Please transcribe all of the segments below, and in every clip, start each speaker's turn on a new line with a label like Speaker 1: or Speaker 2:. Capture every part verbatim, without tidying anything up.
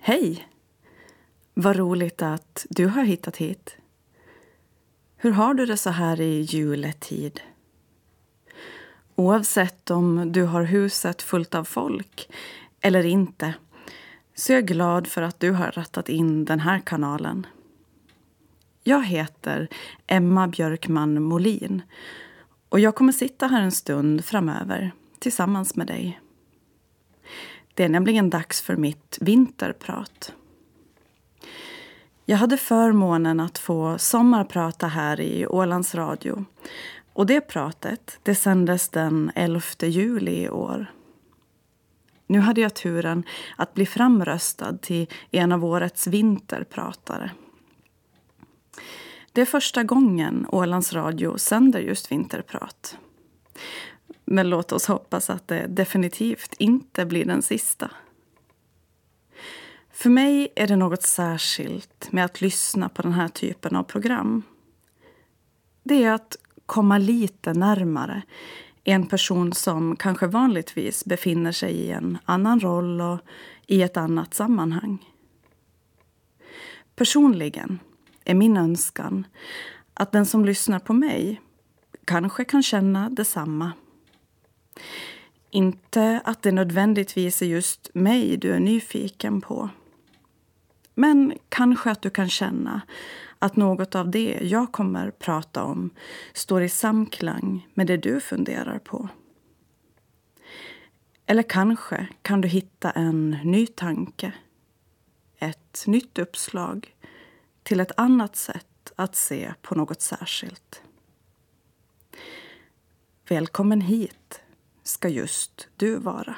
Speaker 1: Hej! Vad roligt att du har hittat hit. Hur har du det så här i juletid? Oavsett om du har huset fullt av folk eller inte, så är jag glad för att du har rattat in den här kanalen. Jag heter Emma Björkman Molin och jag kommer sitta här en stund framöver tillsammans med dig. Det är nämligen dags för mitt vinterprat. Jag hade förmånen att få sommarprata här i Ålands Radio. Och det pratet, det sändes den elfte juli i år. Nu hade jag turen att bli framröstad till en av årets vinterpratare. Det är första gången Ålands Radio sänder just vinterprat. Men låt oss hoppas att det definitivt inte blir den sista. För mig är det något särskilt med att lyssna på den här typen av program. Det är att komma lite närmare en person som kanske vanligtvis befinner sig i en annan roll och i ett annat sammanhang. Personligen är min önskan att den som lyssnar på mig kanske kan känna detsamma. Inte att det nödvändigtvis är just mig du är nyfiken på. Men kanske att du kan känna att något av det jag kommer prata om står i samklang med det du funderar på. Eller kanske kan du hitta en ny tanke, ett nytt uppslag till ett annat sätt att se på något särskilt. Välkommen hit ska just du vara.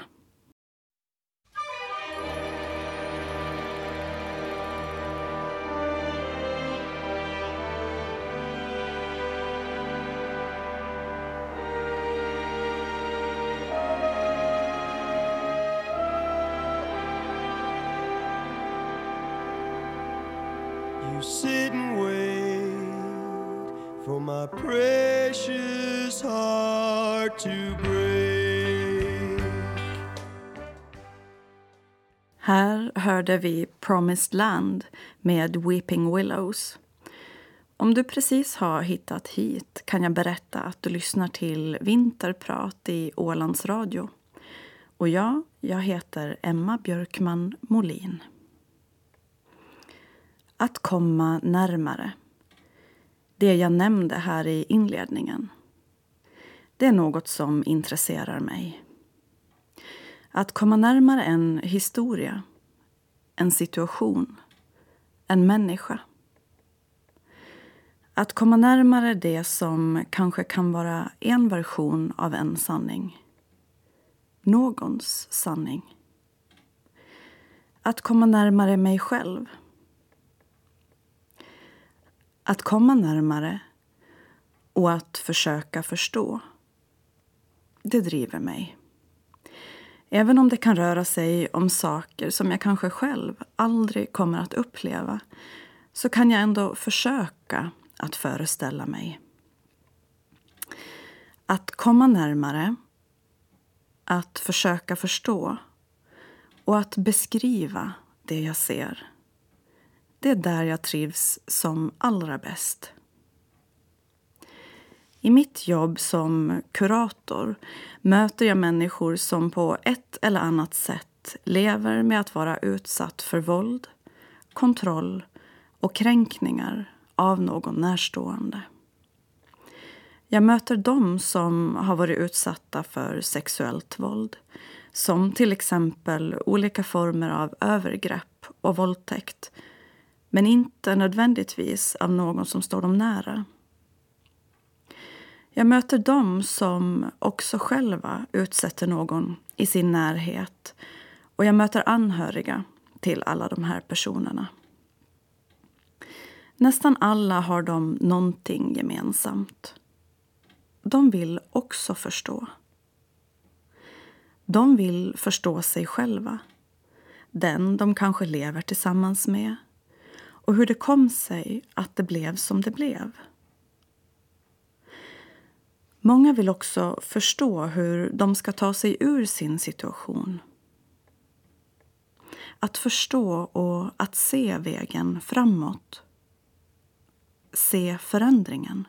Speaker 2: You sit and wait for my precious heart to break.
Speaker 1: Här hörde vi Promised Land med Weeping Willows. Om du precis har hittat hit kan jag berätta att du lyssnar till Vinterprat i Ålands Radio. Och jag, jag heter Emma Björkman Molin. Att komma närmare. Det jag nämnde här i inledningen. Det är något som intresserar mig. Att komma närmare en historia, en situation, en människa. Att komma närmare det som kanske kan vara en version av en sanning. Någons sanning. Att komma närmare mig själv. Att komma närmare och att försöka förstå. Det driver mig. Även om det kan röra sig om saker som jag kanske själv aldrig kommer att uppleva, så kan jag ändå försöka att föreställa mig. Att komma närmare, att försöka förstå och att beskriva det jag ser. Det är där jag trivs som allra bäst. I mitt jobb som kurator möter jag människor som på ett eller annat sätt lever med att vara utsatt för våld, kontroll och kränkningar av någon närstående. Jag möter dem som har varit utsatta för sexuellt våld, som till exempel olika former av övergrepp och våldtäkt, men inte nödvändigtvis av någon som står dem nära. Jag möter dem som också själva utsätter någon i sin närhet, och jag möter anhöriga till alla de här personerna. Nästan alla har de någonting gemensamt. De vill också förstå. De vill förstå sig själva, den de kanske lever tillsammans med, och hur det kom sig att det blev som det blev. Många vill också förstå hur de ska ta sig ur sin situation. att förstå och att se vägen framåt. Se förändringen.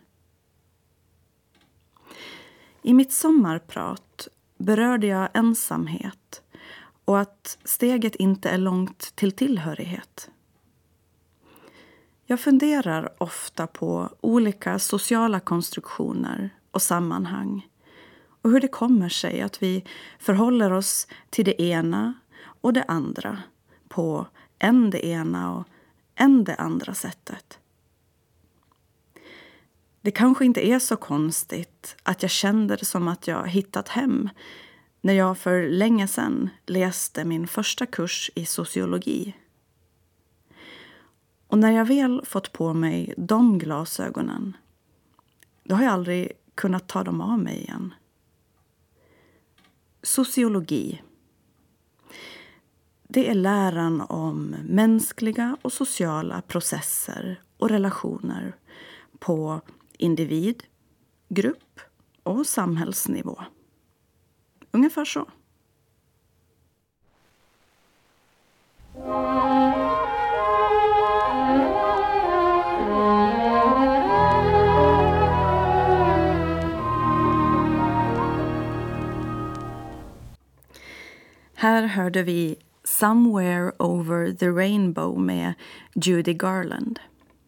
Speaker 1: I mitt sommarprat berörde jag ensamhet och att steget inte är långt till tillhörighet. Jag funderar ofta på olika sociala konstruktioner och sammanhang och hur det kommer sig att vi förhåller oss till det ena och det andra på än det ena och än det andra sättet. Det kanske inte är så konstigt att jag kände det som att jag hittat hem när jag för länge sedan läste min första kurs i sociologi. Och när jag väl fått på mig de glasögonen, då har jag aldrig kunnat ta dem av mig igen. Sociologi. Det är läran om mänskliga och sociala processer och relationer på individ, grupp och samhällsnivå. Ungefär så. Här hörde vi Somewhere Over the Rainbow med Judy Garland.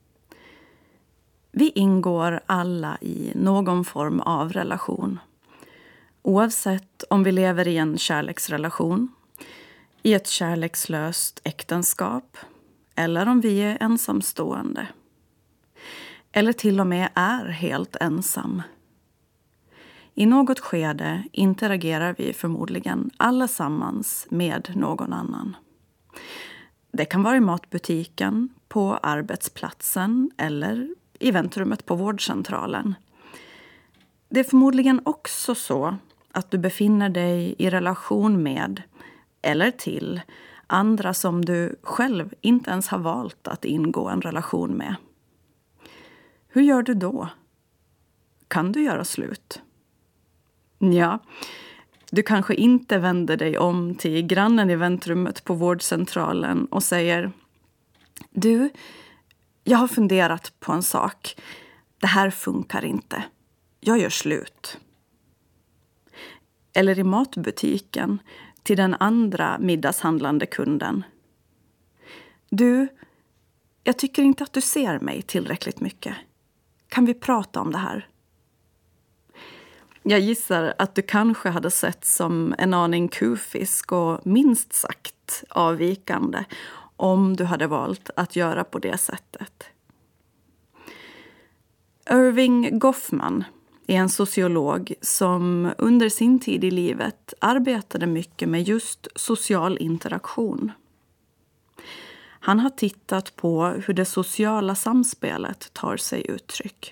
Speaker 1: Vi ingår alla i någon form av relation. Oavsett om vi lever i en kärleksrelation, i ett kärlekslöst äktenskap eller om vi är ensamstående. Eller till och med är helt ensam. I något skede interagerar vi förmodligen allesammans med någon annan. Det kan vara i matbutiken, på arbetsplatsen eller i väntrummet på vårdcentralen. Det är förmodligen också så att du befinner dig i relation med eller till andra som du själv inte ens har valt att ingå en relation med. Hur gör du då? Kan du göra slut? Ja, du kanske inte vänder dig om till grannen i väntrummet på vårdcentralen och säger: Du, jag har funderat på en sak. Det här funkar inte. Jag gör slut. Eller i matbutiken till den andra middagshandlande kunden. Du, jag tycker inte att du ser mig tillräckligt mycket. Kan vi prata om det här? Jag gissar att du kanske hade sett som en aning kufisk och minst sagt avvikande om du hade valt att göra på det sättet. Irving Goffman är en sociolog som under sin tid i livet arbetade mycket med just social interaktion. Han har tittat på hur det sociala samspelet tar sig uttryck.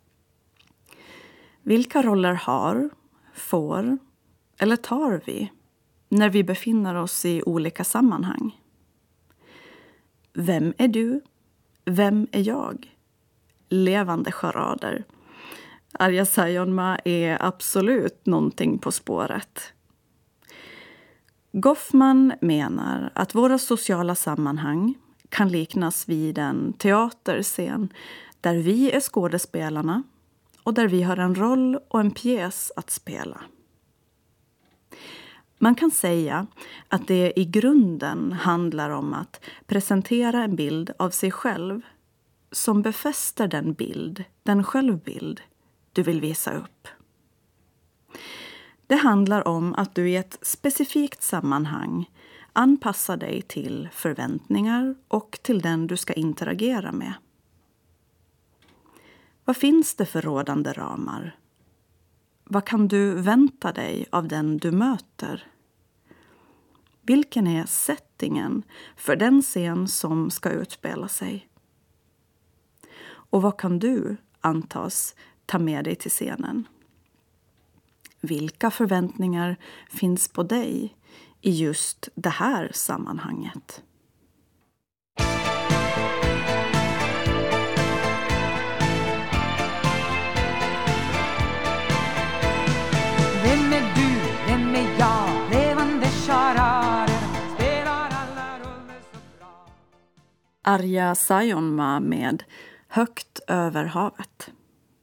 Speaker 1: Vilka roller har, får eller tar vi när vi befinner oss i olika sammanhang? Vem är du? Vem är jag? Levande charader. Arja Saijonmaa är absolut någonting på spåret. Goffman menar att våra sociala sammanhang kan liknas vid en teaterscen där vi är skådespelarna och där vi har en roll och en pjäs att spela. Man kan säga att det i grunden handlar om att presentera en bild av sig själv som befäster den bild, den självbild du vill visa upp. Det handlar om att du i ett specifikt sammanhang anpassar dig till förväntningar och till den du ska interagera med. Vad finns det för rådande ramar? Vad kan du vänta dig av den du möter? Vilken är settingen för den scen som ska utspela sig? Och vad kan du antas ta med dig till scenen? Vilka förväntningar finns på dig i just det här sammanhanget?
Speaker 3: Vem är du? Vem är jag? Levande charader spelar alla roller.
Speaker 1: Arja Saijonmaa med Högt över havet.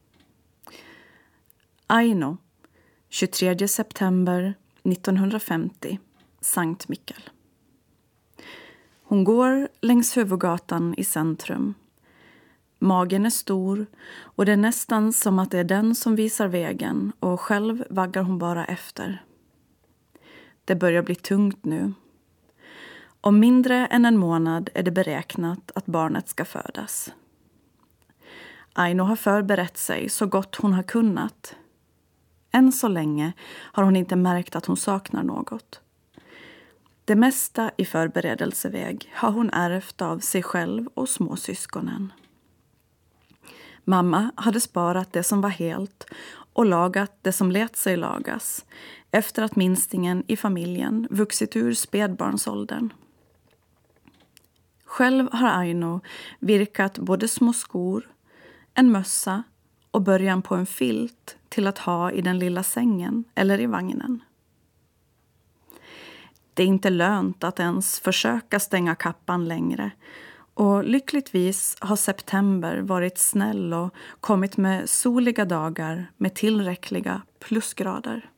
Speaker 1: Aino, tjugotredje september nittonhundrafemtio, Sankt Mikkel. Hon går längs huvudgatan i centrum. Magen är stor och det är nästan som att det är den som visar vägen och själv vaggar hon bara efter. Det börjar bli tungt nu. Om mindre än en månad är det beräknat att barnet ska födas. Aino har förberett sig så gott hon har kunnat. Än så länge har hon inte märkt att hon saknar något. Det mesta i förberedelseväg har hon ärvt av sig själv och småsyskonen. Mamma hade sparat det som var helt och lagat det som lät sig lagas efter att minstingen i familjen vuxit ur spädbarnsåldern. Själv har Aino virkat både små skor, en mössa och början på en filt till att ha i den lilla sängen eller i vagnen. Det är inte lönt att ens försöka stänga kappan längre och lyckligtvis har september varit snäll och kommit med soliga dagar med tillräckliga plusgrader.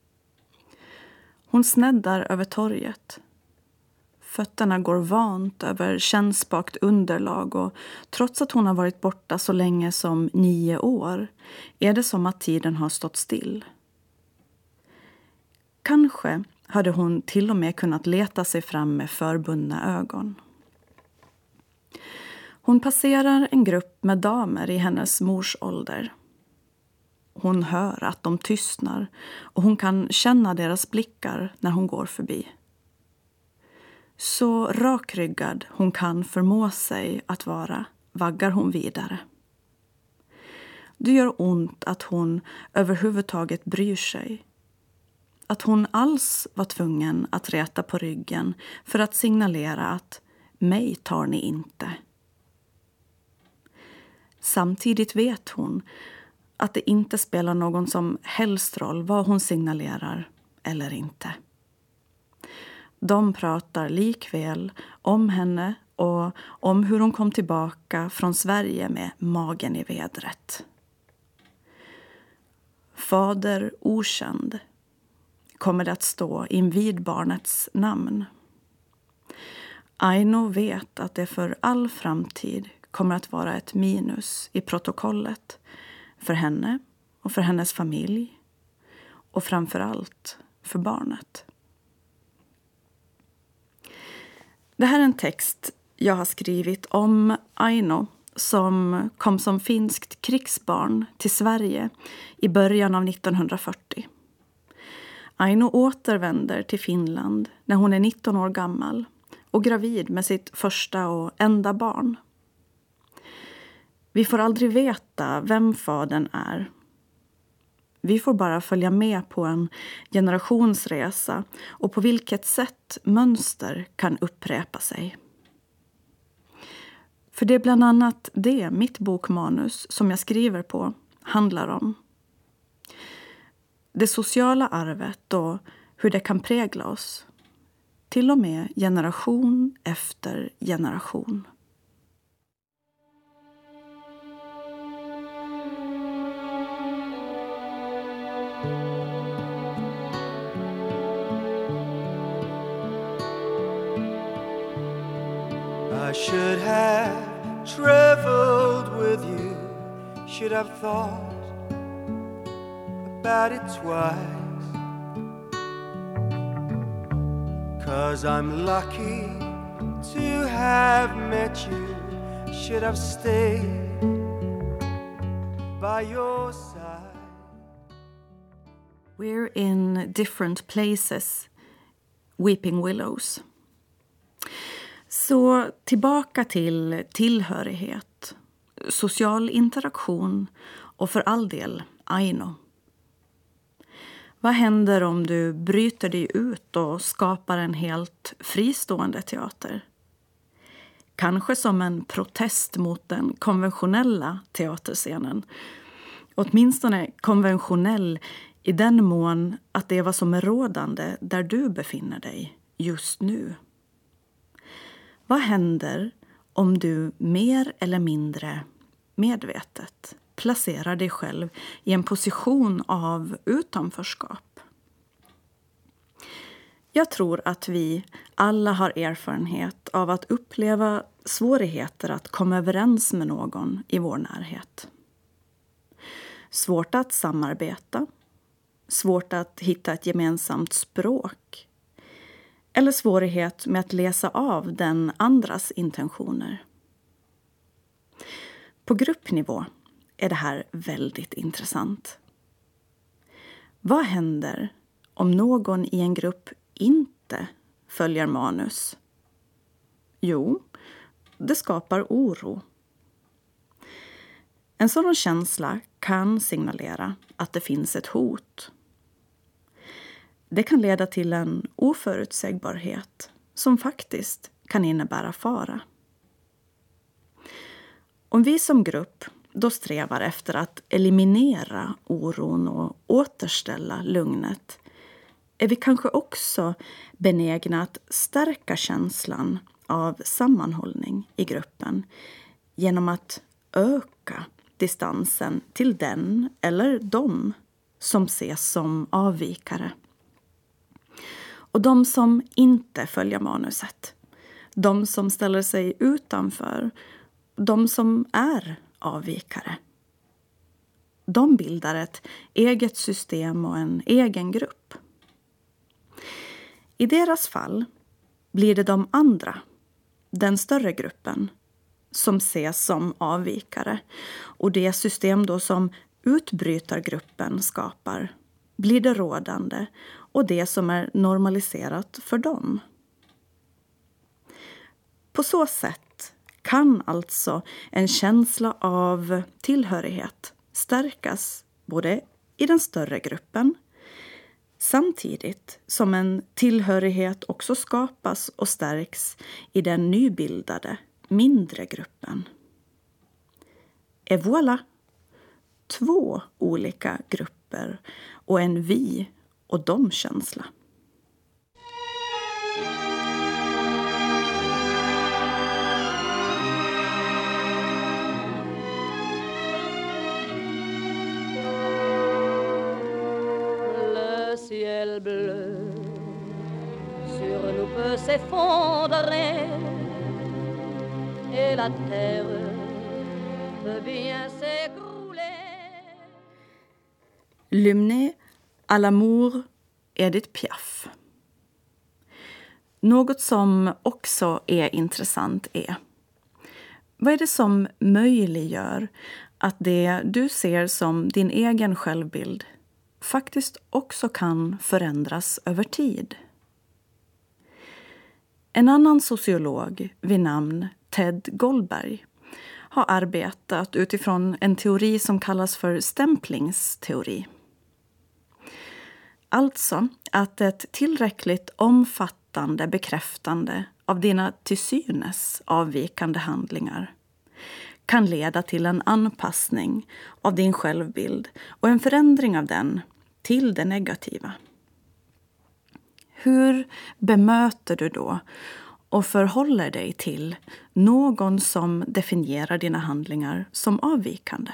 Speaker 1: Hon sneddar över torget. Fötterna går vant över kännspakt underlag och trots att hon har varit borta så länge som nio år är det som att tiden har stått still. Kanske hade hon till och med kunnat leta sig fram med förbundna ögon. Hon passerar en grupp med damer i hennes mors ålder. Hon hör att de tystnar och hon kan känna deras blickar när hon går förbi. Så rakryggad hon kan förmå sig att vara vaggar hon vidare. Det gör ont att hon överhuvudtaget bryr sig. Att hon alls var tvungen att räta på ryggen för att signalera att mig tar ni inte. Samtidigt vet hon att det inte spelar någon som helst roll vad hon signalerar eller inte. De pratar likväl om henne och om hur hon kom tillbaka från Sverige med magen i vädret. Fader okänd kommer det att stå invid barnets namn. Aino vet att det för all framtid kommer att vara ett minus i protokollet för henne och för hennes familj och framförallt för barnet. Det här är en text jag har skrivit om Aino som kom som finskt krigsbarn till Sverige i början av nittonhundrafyrtio. Aino återvänder till Finland när hon är nitton år gammal och gravid med sitt första och enda barn. Vi får aldrig veta vem fadern är. Vi får bara följa med på en generationsresa och på vilket sätt mönster kan upprepa sig. För det är bland annat det mitt bokmanus som jag skriver på handlar om. Det sociala arvet och hur det kan prägla oss. Till och med generation efter generation.
Speaker 2: I should have traveled with you, should have thought about it twice, 'cause I'm lucky to have met you, should have stayed by your side.
Speaker 1: We're in different places, weeping willows. Så tillbaka till tillhörighet, social interaktion och för all del Aino. Vad händer om du bryter dig ut och skapar en helt fristående teater? Kanske som en protest mot den konventionella teaterscenen. Åtminstone konventionell i den mån att det är vad som är rådande där du befinner dig just nu. Vad händer om du mer eller mindre medvetet placerar dig själv i en position av utanförskap. Jag tror att vi alla har erfarenhet av att uppleva svårigheter att komma överens med någon i vår närhet. Svårt att samarbeta, svårt att hitta ett gemensamt språk eller svårighet med att läsa av den andras intentioner. På gruppnivå är det här väldigt intressant. Vad händer om någon i en grupp inte följer manus? Jo, det skapar oro. En sådan känsla kan signalera att det finns ett hot. Det kan leda till en oförutsägbarhet som faktiskt kan innebära fara. Om vi som grupp då strävar efter att eliminera oron och återställa lugnet är vi kanske också benägna att stärka känslan av sammanhållning i gruppen genom att öka distansen till den eller de som ses som avvikare. Och de som inte följer manuset, de som ställer sig utanför, de som är avvikare. De bildar ett eget system och en egen grupp. I deras fall blir det de andra, den större gruppen, som ses som avvikare. Och det system då som utbrytargruppen skapar blir det rådande och det som är normaliserat för dem. På så sätt kan alltså en känsla av tillhörighet stärkas både i den större gruppen samtidigt som en tillhörighet också skapas och stärks i den nybildade mindre gruppen. Et voilà! Två olika grupper och en vi och dom-känsla.
Speaker 4: Le ciel bleu sur nous peut s'effondrer et la terre peut bien s'écrouler.
Speaker 1: L'hymne à l'amour Edith Piaf. Något som också är intressant är: vad är det som möjliggör att det du ser som din egen självbild faktiskt också kan förändras över tid? En annan sociolog vid namn Ted Goldberg har arbetat utifrån en teori som kallas för stämplingsteori. Alltså att ett tillräckligt omfattande bekräftande av dina till synes avvikande handlingar kan leda till en anpassning av din självbild och en förändring av den till det negativa. Hur bemöter du då och förhåller dig till någon som definierar dina handlingar som avvikande?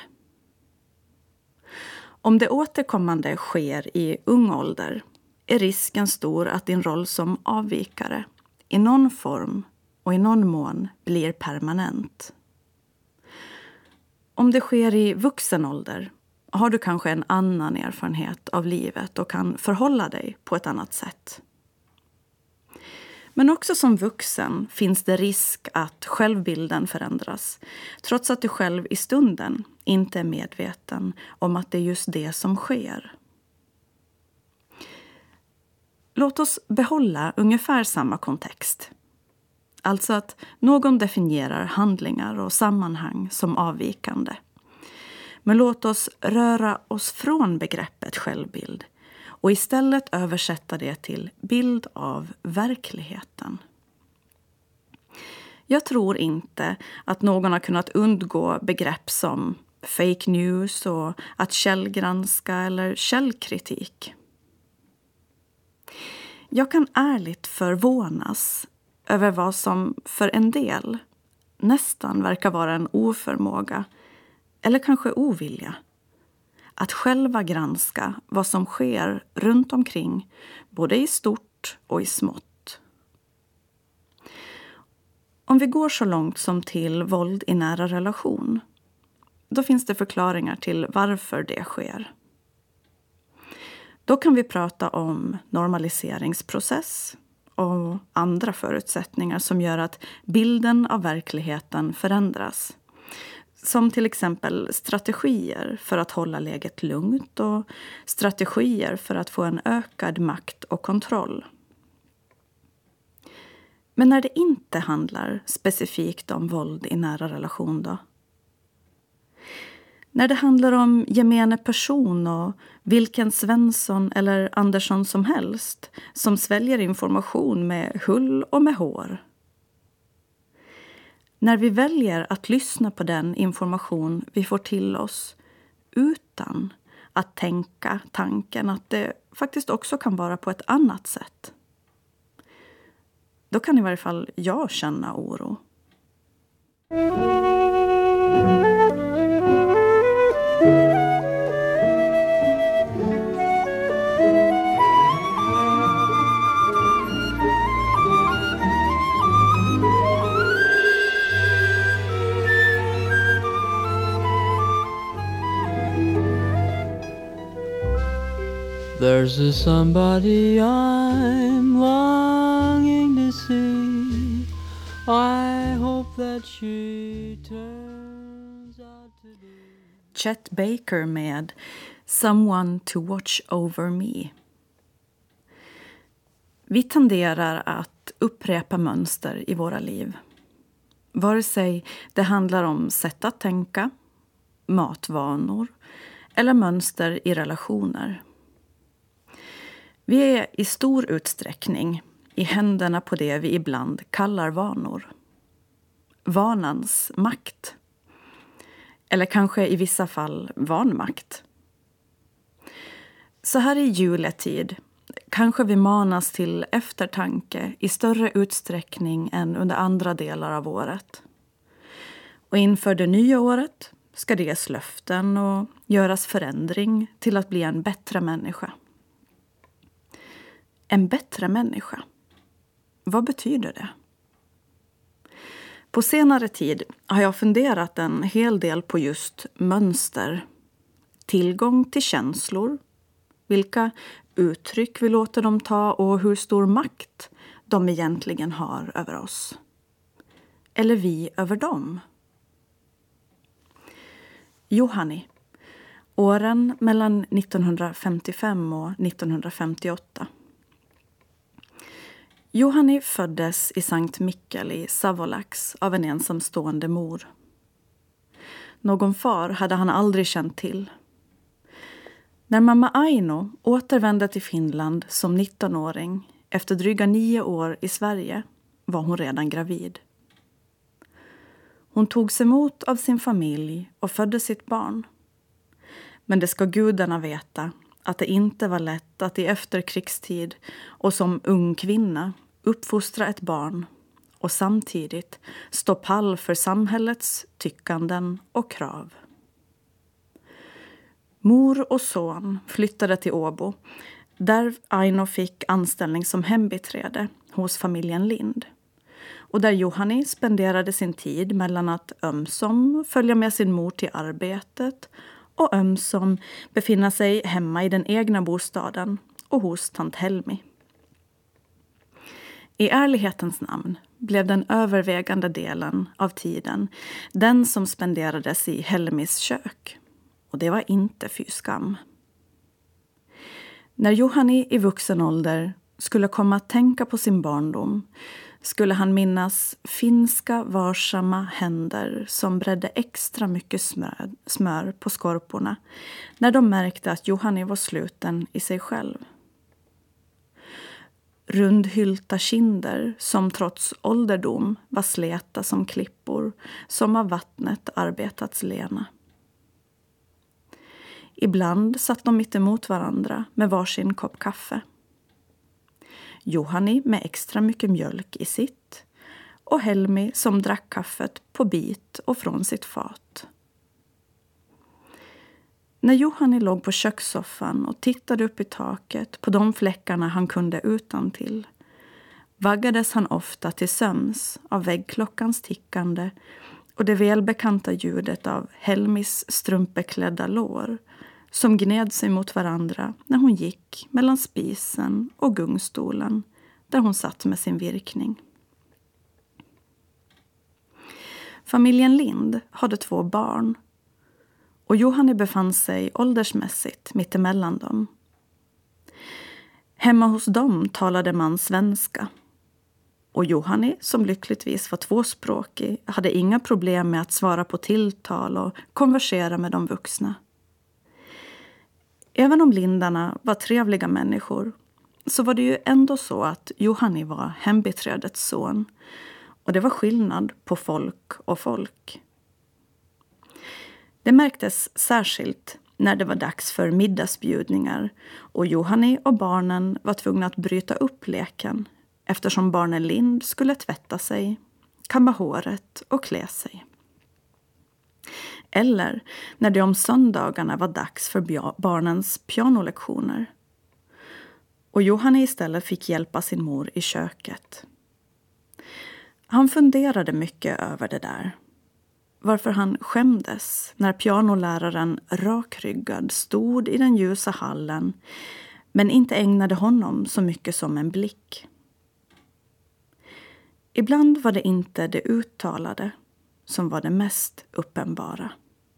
Speaker 1: Om det återkommande sker i ung ålder är risken stor att din roll som avvikare i någon form och i någon mån blir permanent. Om det sker i vuxen ålder har du kanske en annan erfarenhet av livet och kan förhålla dig på ett annat sätt. Men också som vuxen finns det risk att självbilden förändras, trots att du själv i stunden inte är medveten om att det är just det som sker. Låt oss behålla ungefär samma kontext. Alltså att någon definierar handlingar och sammanhang som avvikande. Men låt oss röra oss från begreppet självbild och istället översätta det till bild av verkligheten. Jag tror inte att någon har kunnat undgå begrepp som fake news och att källgranska eller källkritik. Jag kan ärligt förvånas över vad som för en del nästan verkar vara en oförmåga, eller kanske ovilja, att själva granska vad som sker runt omkring, både i stort och i smått. Om vi går så långt som till våld i nära relation, då finns det förklaringar till varför det sker. Då kan vi prata om normaliseringsprocess och andra förutsättningar som gör att bilden av verkligheten förändras. Som till exempel strategier för att hålla läget lugnt och strategier för att få en ökad makt och kontroll. Men när det inte handlar specifikt om våld i nära relation då? När det handlar om gemene person och vilken Svensson eller Andersson som helst som sväljer information med hull och med hår. När vi väljer att lyssna på den information vi får till oss utan att tänka tanken att det faktiskt också kan vara på ett annat sätt. Då kan i varje fall jag känna oro.
Speaker 5: There's a somebody I'm longing to see. I hope that she turns out to be
Speaker 1: Chet Baker med Someone to Watch Over Me. Vi tenderar att upprepa mönster i våra liv. Vare sig det handlar om sätt att tänka, matvanor eller mönster i relationer. Vi är i stor utsträckning i händerna på det vi ibland kallar vanor. Vanans makt. Eller kanske i vissa fall vanmakt. Så här i juletid kanske vi manas till eftertanke i större utsträckning än under andra delar av året. Och inför det nya året ska det ges löften och göras förändring till att bli en bättre människa. En bättre människa. Vad betyder det? På senare tid har jag funderat en hel del på just mönster. Tillgång till känslor. Vilka uttryck vi låter dem ta och hur stor makt de egentligen har över oss. Eller vi över dem. Juhani. Åren mellan nittonhundrafemtiofem och nittonhundrafemtioåtta. Juhani föddes i Sankt Mikkel i Savolax av en ensamstående mor. Någon far hade han aldrig känt till. När mamma Aino återvände till Finland som nittonåring efter dryga nio år i Sverige var hon redan gravid. Hon togs emot av sin familj och födde sitt barn. Men det ska gudarna veta att det inte var lätt att i efterkrigstid och som ung kvinna uppfostra ett barn och samtidigt stå pall för samhällets tyckanden och krav. Mor och son flyttade till Åbo där Aino fick anställning som hembiträde hos familjen Lind. Och där Juhani spenderade sin tid mellan att ömsom följa med sin mor till arbetet och ömsom befinna sig hemma i den egna bostaden och hos tant Helmi. I ärlighetens namn blev den övervägande delen av tiden den som spenderades i Helmis kök. Och det var inte fy skam. När Juhani i vuxen ålder skulle komma att tänka på sin barndom skulle han minnas finska varsamma händer som bredde extra mycket smör, smör på skorporna när de märkte att Juhani var sluten i sig själv. Rundhylta kinder som trots ålderdom var släta som klippor som av vattnet arbetats lena. Ibland satt de mitt emot varandra med varsin kopp kaffe. Juhani med extra mycket mjölk i sitt och Helmi som drack kaffet på bit och från sitt fat. När Juhani låg på kökssoffan och tittade upp i taket på de fläckarna han kunde utan till, vaggades han ofta till sömns av väggklockans tickande och det välbekanta ljudet av Helmis strumpeklädda lår som gned sig mot varandra när hon gick mellan spisen och gungstolen där hon satt med sin virkning. Familjen Lind hade två barn och Juhani befann sig åldersmässigt mittemellan dem. Hemma hos dem talade man svenska. Och Juhani, som lyckligtvis var tvåspråkig, hade inga problem med att svara på tilltal och konversera med de vuxna. Även om lindarna var trevliga människor så var det ju ändå så att Juhani var hembiträdets son. Och det var skillnad på folk och folk. Det märktes särskilt när det var dags för middagsbjudningar och Juhani och barnen var tvungna att bryta upp leken eftersom barnen Lind skulle tvätta sig, kamma håret och klä sig. Eller när det om söndagarna var dags för barnens pianolektioner. Och Juhani istället fick hjälpa sin mor i köket. Han funderade mycket över det där. Varför han skämdes när pianoläraren rakryggad stod i den ljusa hallen men inte ägnade honom så mycket som en blick. Ibland var det inte det uttalade som var det mest uppenbara.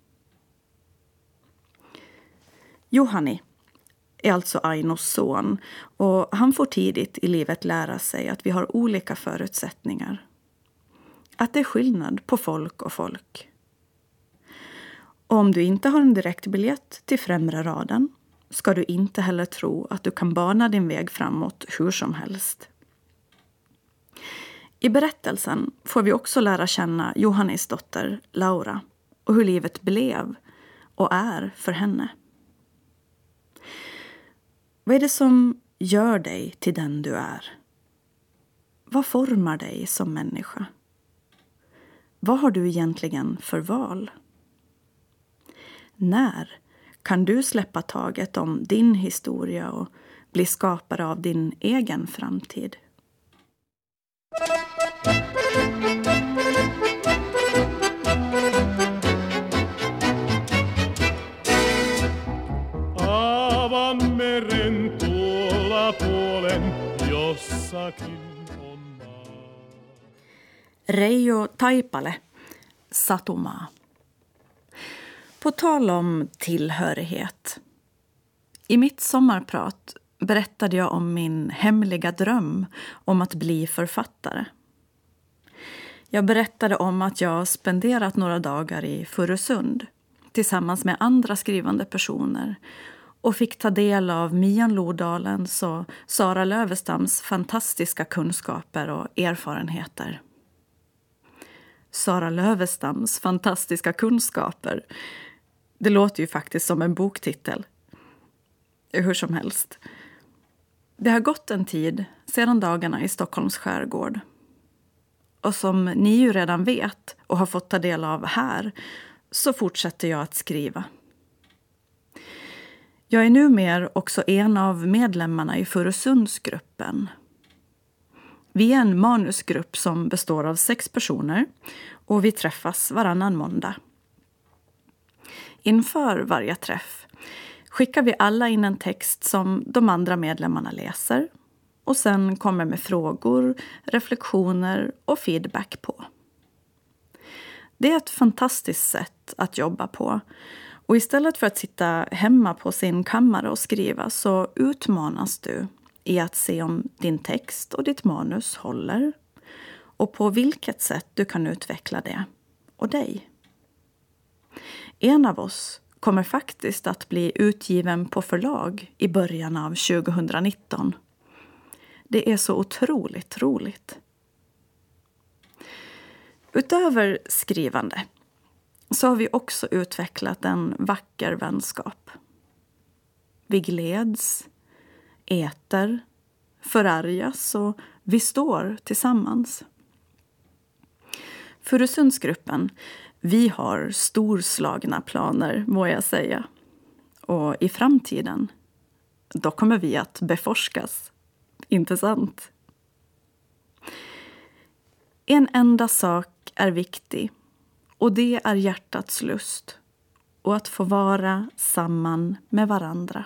Speaker 1: Juhani är alltså Ainos son och han får tidigt i livet lära sig att vi har olika förutsättningar. Att det är skillnad på folk och folk. Och om du inte har en direktbiljett till främre raden ska du inte heller tro att du kan bana din väg framåt hur som helst. I berättelsen får vi också lära känna Juhanis dotter Laura och hur livet blev och är för henne. Vad är det som gör dig till den du är? Vad formar dig som människa? Vad har du egentligen för val? När kan du släppa taget om din historia och bli skapare av din egen framtid?
Speaker 6: Aivan meren tuolla puolen jossakin on maa.
Speaker 1: Reijo Taipale, Satumaa. På tal om tillhörighet. I mitt sommarprat berättade jag om min hemliga dröm om att bli författare. Jag berättade om att jag spenderat några dagar i Furusund tillsammans med andra skrivande personer och fick ta del av Mian Lodalens och Sara Lövestams fantastiska kunskaper och erfarenheter. Sara Lövestams fantastiska kunskaper. Det låter ju faktiskt som en boktitel. Hur som helst. Det har gått en tid sedan dagarna i Stockholms skärgård. Och som ni ju redan vet och har fått ta del av här så fortsätter jag att skriva. Jag är numer också en av medlemmarna i Furusundsgruppen. Vi är en manusgrupp som består av sex personer och vi träffas varannan måndag. Inför varje träff skickar vi alla in en text som de andra medlemmarna läser och sen kommer med frågor, reflektioner och feedback på. Det är ett fantastiskt sätt att jobba på och istället för att sitta hemma på sin kammare och skriva så utmanas du i att se om din text och ditt manus håller och på vilket sätt du kan utveckla det och dig. En av oss kommer faktiskt att bli utgiven på förlag i början av tjugonitton. Det är så otroligt roligt. Utöver skrivande så har vi också utvecklat en vacker vänskap. Vi gleds, äter, förargas och vi står tillsammans. Furusundsgruppen, vi har storslagna planer, må jag säga. Och i framtiden, då kommer vi att beforskas. Inte sant? En enda sak är viktig, och det är hjärtats lust och att få vara samman med varandra.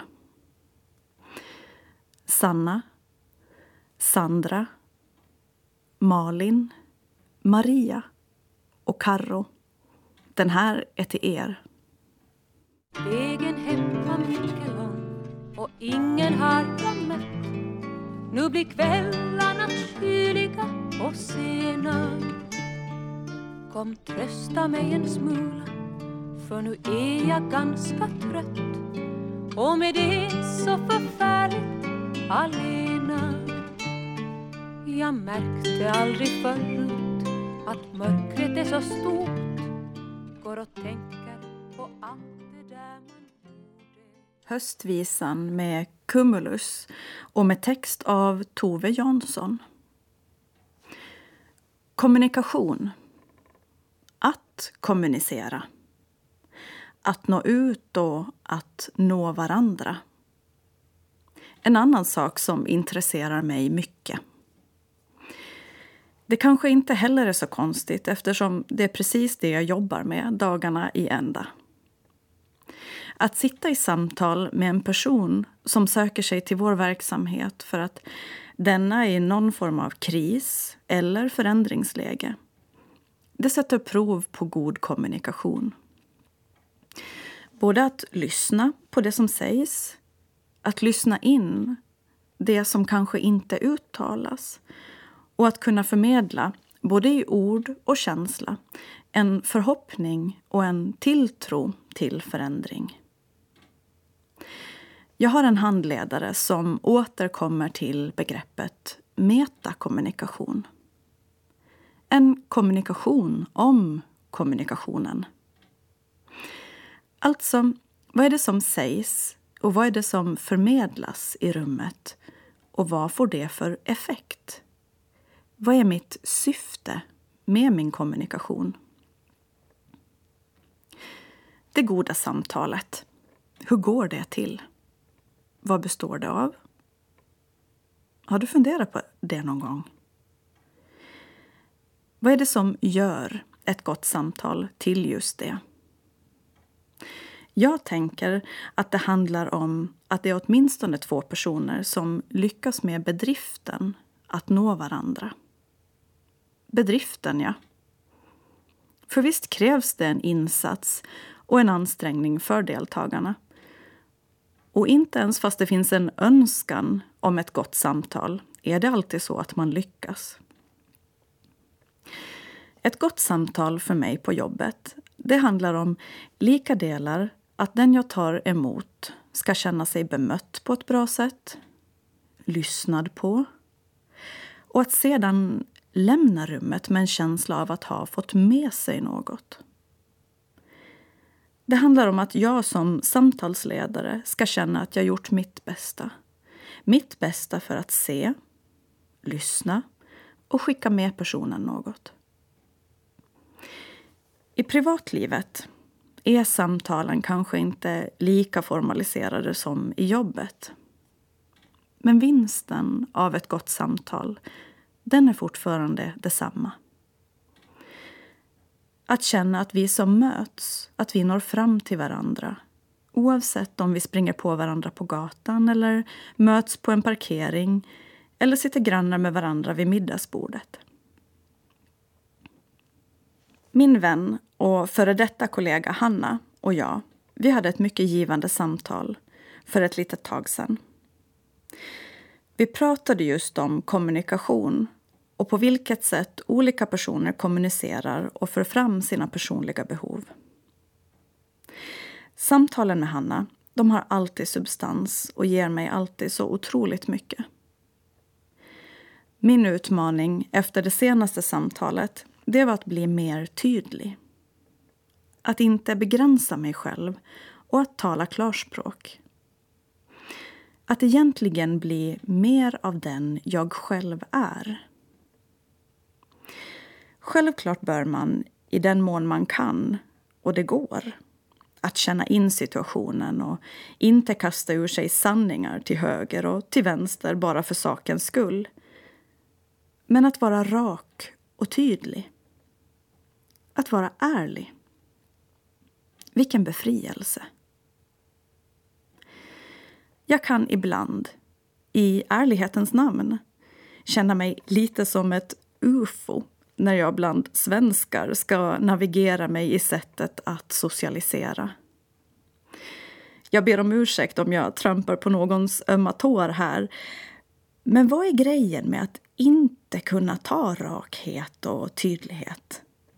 Speaker 1: Sanna, Sandra, Malin, Maria och Karro. Den här är till er.
Speaker 4: Vägen hem var mycket lång och ingen har jag mött. Nu blir kvällarna kyliga och sena. Kom, trösta mig en smula, för nu är jag ganska trött. Och med det så förfärligt alena. Jag märkte aldrig förut att mörkret är så stort. Går och tänker på allt det där man gjorde.
Speaker 1: Höstvisan med Cumulus och med text av Tove Jansson. Kommunikation. Att kommunicera. Att nå ut och att nå varandra. En annan sak som intresserar mig mycket. Det kanske inte heller är så konstigt eftersom det är precis det jag jobbar med dagarna i ända. Att sitta i samtal med en person som söker sig till vår verksamhet för att denna är i någon form av kris eller förändringsläge. Det sätter prov på god kommunikation. Både att lyssna på det som sägs, att lyssna in det som kanske inte uttalas och att kunna förmedla, både i ord och känsla, en förhoppning och en tilltro till förändring. Jag har en handledare som återkommer till begreppet metakommunikation. En kommunikation om kommunikationen. Alltså, vad är det som sägs och vad är det som förmedlas i rummet och vad får det för effekt? Vad är mitt syfte med min kommunikation? Det goda samtalet. Hur går det till? Vad består det av? Har du funderat på det någon gång? Vad är det som gör ett gott samtal till just det? Jag tänker att det handlar om att det är åtminstone två personer som lyckas med bedriften att nå varandra. Bedriften, ja. För visst krävs det en insats och en ansträngning för deltagarna. Och inte ens fast det finns en önskan om ett gott samtal är det alltid så att man lyckas. Ett gott samtal för mig på jobbet, det handlar om lika delar att den jag tar emot ska känna sig bemött på ett bra sätt, lyssnad på och att sedan lämna rummet med en känsla av att ha fått med sig något. Det handlar om att jag som samtalsledare ska känna att jag gjort mitt bästa. Mitt bästa för att se, lyssna och skicka med personen något. I privatlivet är samtalen kanske inte lika formaliserade som i jobbet. Men vinsten av ett gott samtal, den är fortfarande detsamma. Att känna att vi som möts, att vi når fram till varandra. Oavsett om vi springer på varandra på gatan eller möts på en parkering eller sitter grannar med varandra vid middagsbordet. Min vän och före detta kollega Hanna och jag, vi hade ett mycket givande samtal för ett litet tag sedan. Vi pratade just om kommunikation och på vilket sätt olika personer kommunicerar och för fram sina personliga behov. Samtalen med Hanna, de har alltid substans och ger mig alltid så otroligt mycket. Min utmaning efter det senaste samtalet, det var att bli mer tydlig. Att inte begränsa mig själv och att tala klarspråk. Att egentligen bli mer av den jag själv är. Självklart bör man, i den mån man kan, och det går, att känna in situationen och inte kasta ur sig sanningar till höger och till vänster bara för sakens skull. Men att vara rak och tydlig. Att vara ärlig. Vilken befrielse. Jag kan ibland, i ärlighetens namn, känna mig lite som ett U F O när jag bland svenskar ska navigera mig i sättet att socialisera. Jag ber om ursäkt om jag trampar på någons ömma tår här. Men vad är grejen med att inte kunna ta rakhet och tydlighet?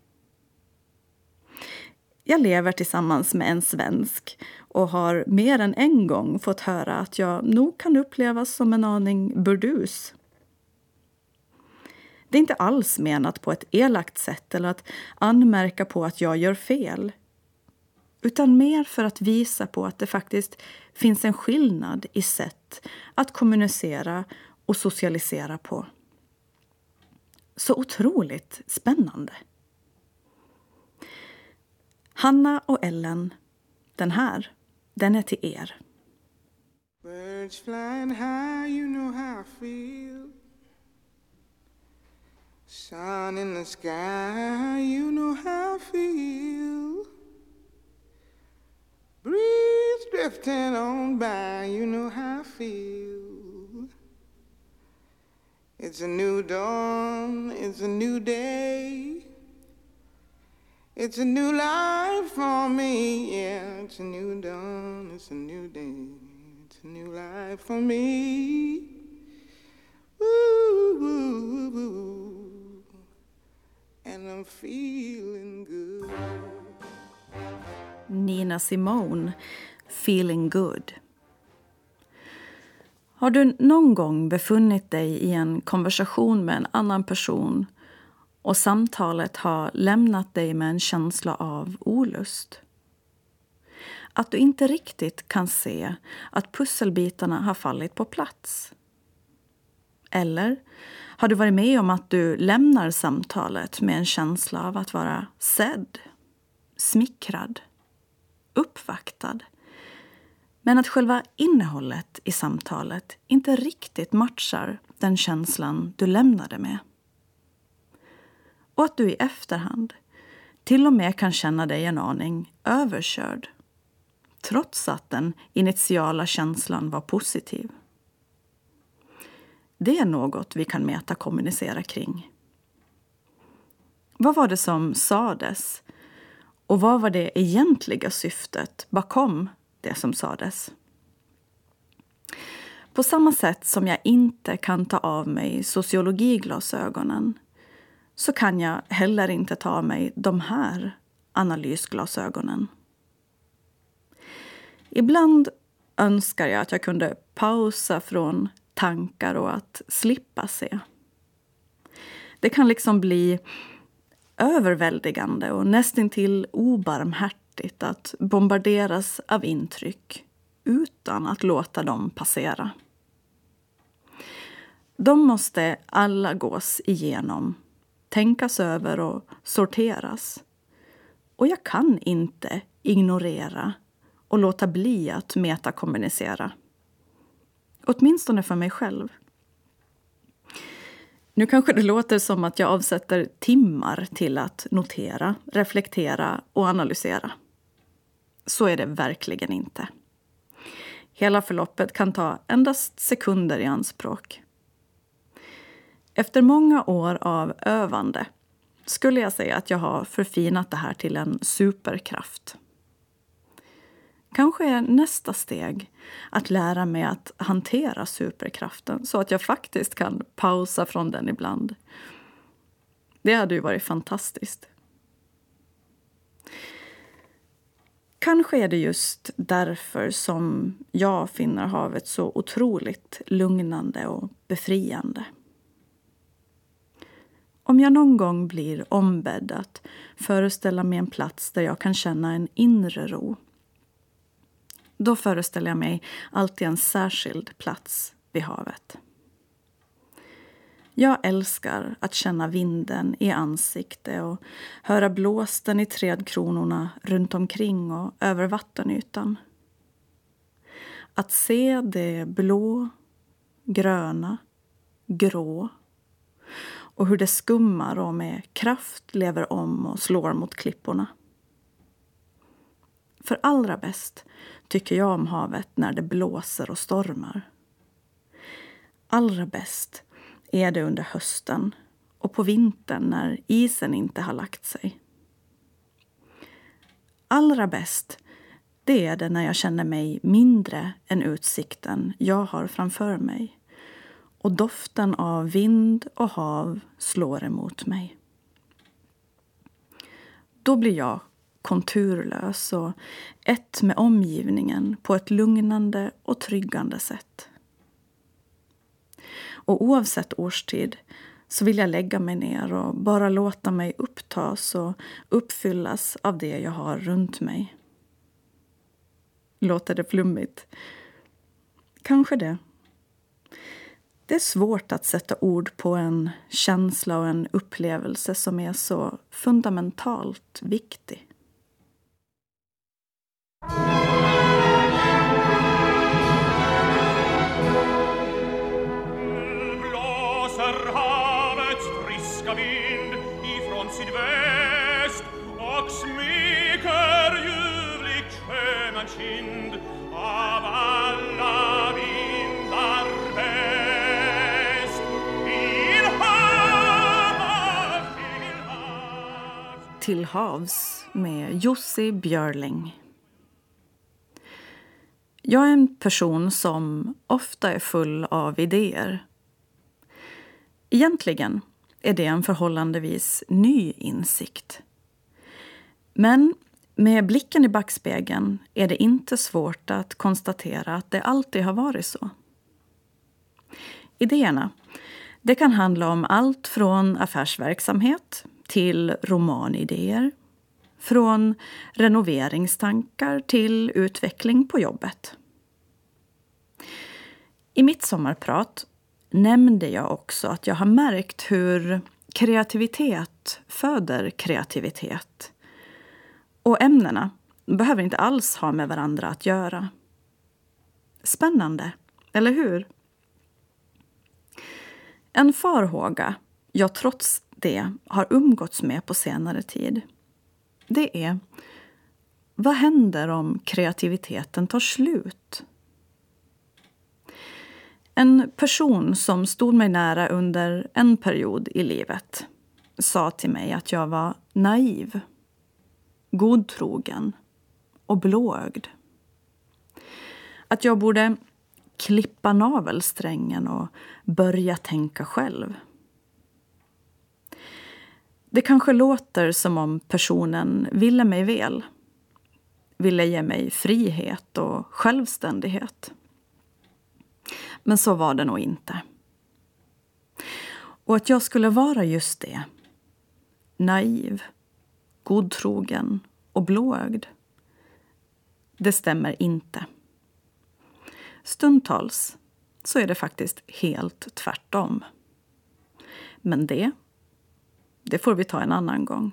Speaker 1: Jag lever tillsammans med en svensk och har mer än en gång fått höra att jag nog kan upplevas som en aning burdus. Det är inte alls menat på ett elakt sätt eller att anmärka på att jag gör fel. Utan mer för att visa på att det faktiskt finns en skillnad i sätt att kommunicera och socialisera på. Så otroligt spännande. Hanna och Ellen, den här, den är till er.
Speaker 3: Birds flying high, you know how I feel. Sun in the sky, you know how I feel. Breeze drifting on by, you know how I feel. It's a new dawn, it's a new day. It's a new life for me, yeah. It's a new dawn, it's a new day. It's a new life for me. Woo, woo, woo. And I'm feeling good.
Speaker 1: Nina Simone, Feeling Good. Har du någon gång befunnit dig i en konversation med en annan person och samtalet har lämnat dig med en känsla av olust? Att du inte riktigt kan se att pusselbitarna har fallit på plats? Eller har du varit med om att du lämnar samtalet med en känsla av att vara sedd, smickrad, uppvaktad, men att själva innehållet i samtalet inte riktigt matchar den känslan du lämnade med? Och att du i efterhand till och med kan känna dig en aning överkörd, trots att den initiala känslan var positiv. Det är något vi kan mäta kommunicera kring. Vad var det som sades? Och vad var det egentliga syftet bakom det som sades? På samma sätt som jag inte kan ta av mig sociologiglasögonen, så kan jag heller inte ta av mig de här analysglasögonen. Ibland önskar jag att jag kunde pausa från tankar och att slippa se. Det kan liksom bli överväldigande och nästintill obarmhärtigt att bombarderas av intryck utan att låta dem passera. De måste alla gås igenom, tänkas över och sorteras. Och jag kan inte ignorera och låta bli att metakommunicera. Åtminstone för mig själv. Nu kanske det låter som att jag avsätter timmar till att notera, reflektera och analysera. Så är det verkligen inte. Hela förloppet kan ta endast sekunder i anspråk. Efter många år av övande skulle jag säga att jag har förfinat det här till en superkraft. Kanske är nästa steg att lära mig att hantera superkraften så att jag faktiskt kan pausa från den ibland. Det hade ju varit fantastiskt. Kanske är det just därför som jag finner havet så otroligt lugnande och befriande. Om jag någon gång blir ombedd att föreställa mig en plats där jag kan känna en inre ro, då föreställer jag mig alltid en särskild plats vid havet. Jag älskar att känna vinden i ansikte och höra blåsten i trädkronorna runt omkring och över vattenytan. Att se det blå, gröna, grå och hur det skummar och med kraft lever om och slår mot klipporna. För allra bäst tycker jag om havet när det blåser och stormar. Allra bäst är det under hösten och på vintern när isen inte har lagt sig. Allra bäst det är det när jag känner mig mindre än utsikten jag har framför mig och doften av vind och hav slår emot mig. Då blir jag konturlös och ett med omgivningen på ett lugnande och tryggande sätt. Och oavsett årstid så vill jag lägga mig ner och bara låta mig upptas och uppfyllas av det jag har runt mig. Låter det flummigt? Kanske det. Det är svårt att sätta ord på en känsla och en upplevelse som är så fundamentalt viktig.
Speaker 6: Blåser havets friska vind ifrån sydväst och smeker ljuvligt sköna kind av alla vindar bäst. Till havs, till havs.
Speaker 1: Till havs med Jussi Björling. Jag är en person som ofta är full av idéer. Egentligen är det en förhållandevis ny insikt. Men med blicken i backspegeln är det inte svårt att konstatera att det alltid har varit så. Idéerna, det kan handla om allt från affärsverksamhet till romanidéer, från renoveringstankar till utveckling på jobbet. I mitt sommarprat nämnde jag också att jag har märkt hur kreativitet föder kreativitet. Och ämnena behöver inte alls ha med varandra att göra. Spännande, eller hur? En farhåga jag trots det har umgåtts med på senare tid. Det är, vad händer om kreativiteten tar slut? En person som stod mig nära under en period i livet sa till mig att jag var naiv, godtrogen och blåögd. Att jag borde klippa navelsträngen och börja tänka själv. Det kanske låter som om personen ville mig väl. Ville ge mig frihet och självständighet. Men så var det nog inte. Och att jag skulle vara just det. Naiv, godtrogen och blåögd. Det stämmer inte. Stundtals så är det faktiskt helt tvärtom. Men det, det får vi ta en annan gång.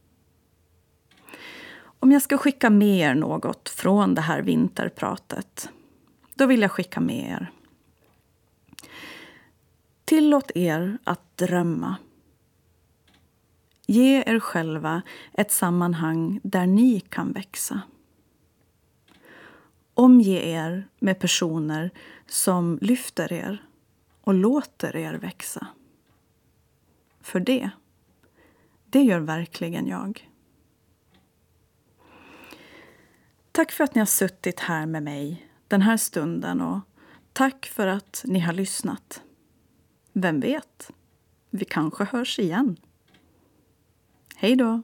Speaker 1: Om jag ska skicka med er något från det här vinterpratet, då vill jag skicka med er. Tillåt er att drömma. Ge er själva ett sammanhang där ni kan växa. Omge er med personer som lyfter er och låter er växa. För det, det gör verkligen jag. Tack för att ni har suttit här med mig den här stunden och tack för att ni har lyssnat. Vem vet, vi kanske hörs igen. Hej då!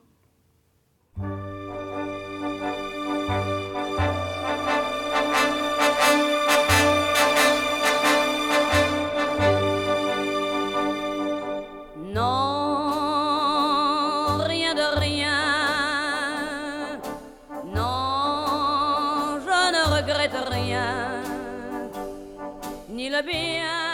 Speaker 4: Non, rien de rien. Non, je ne regrette rien. Ni le bien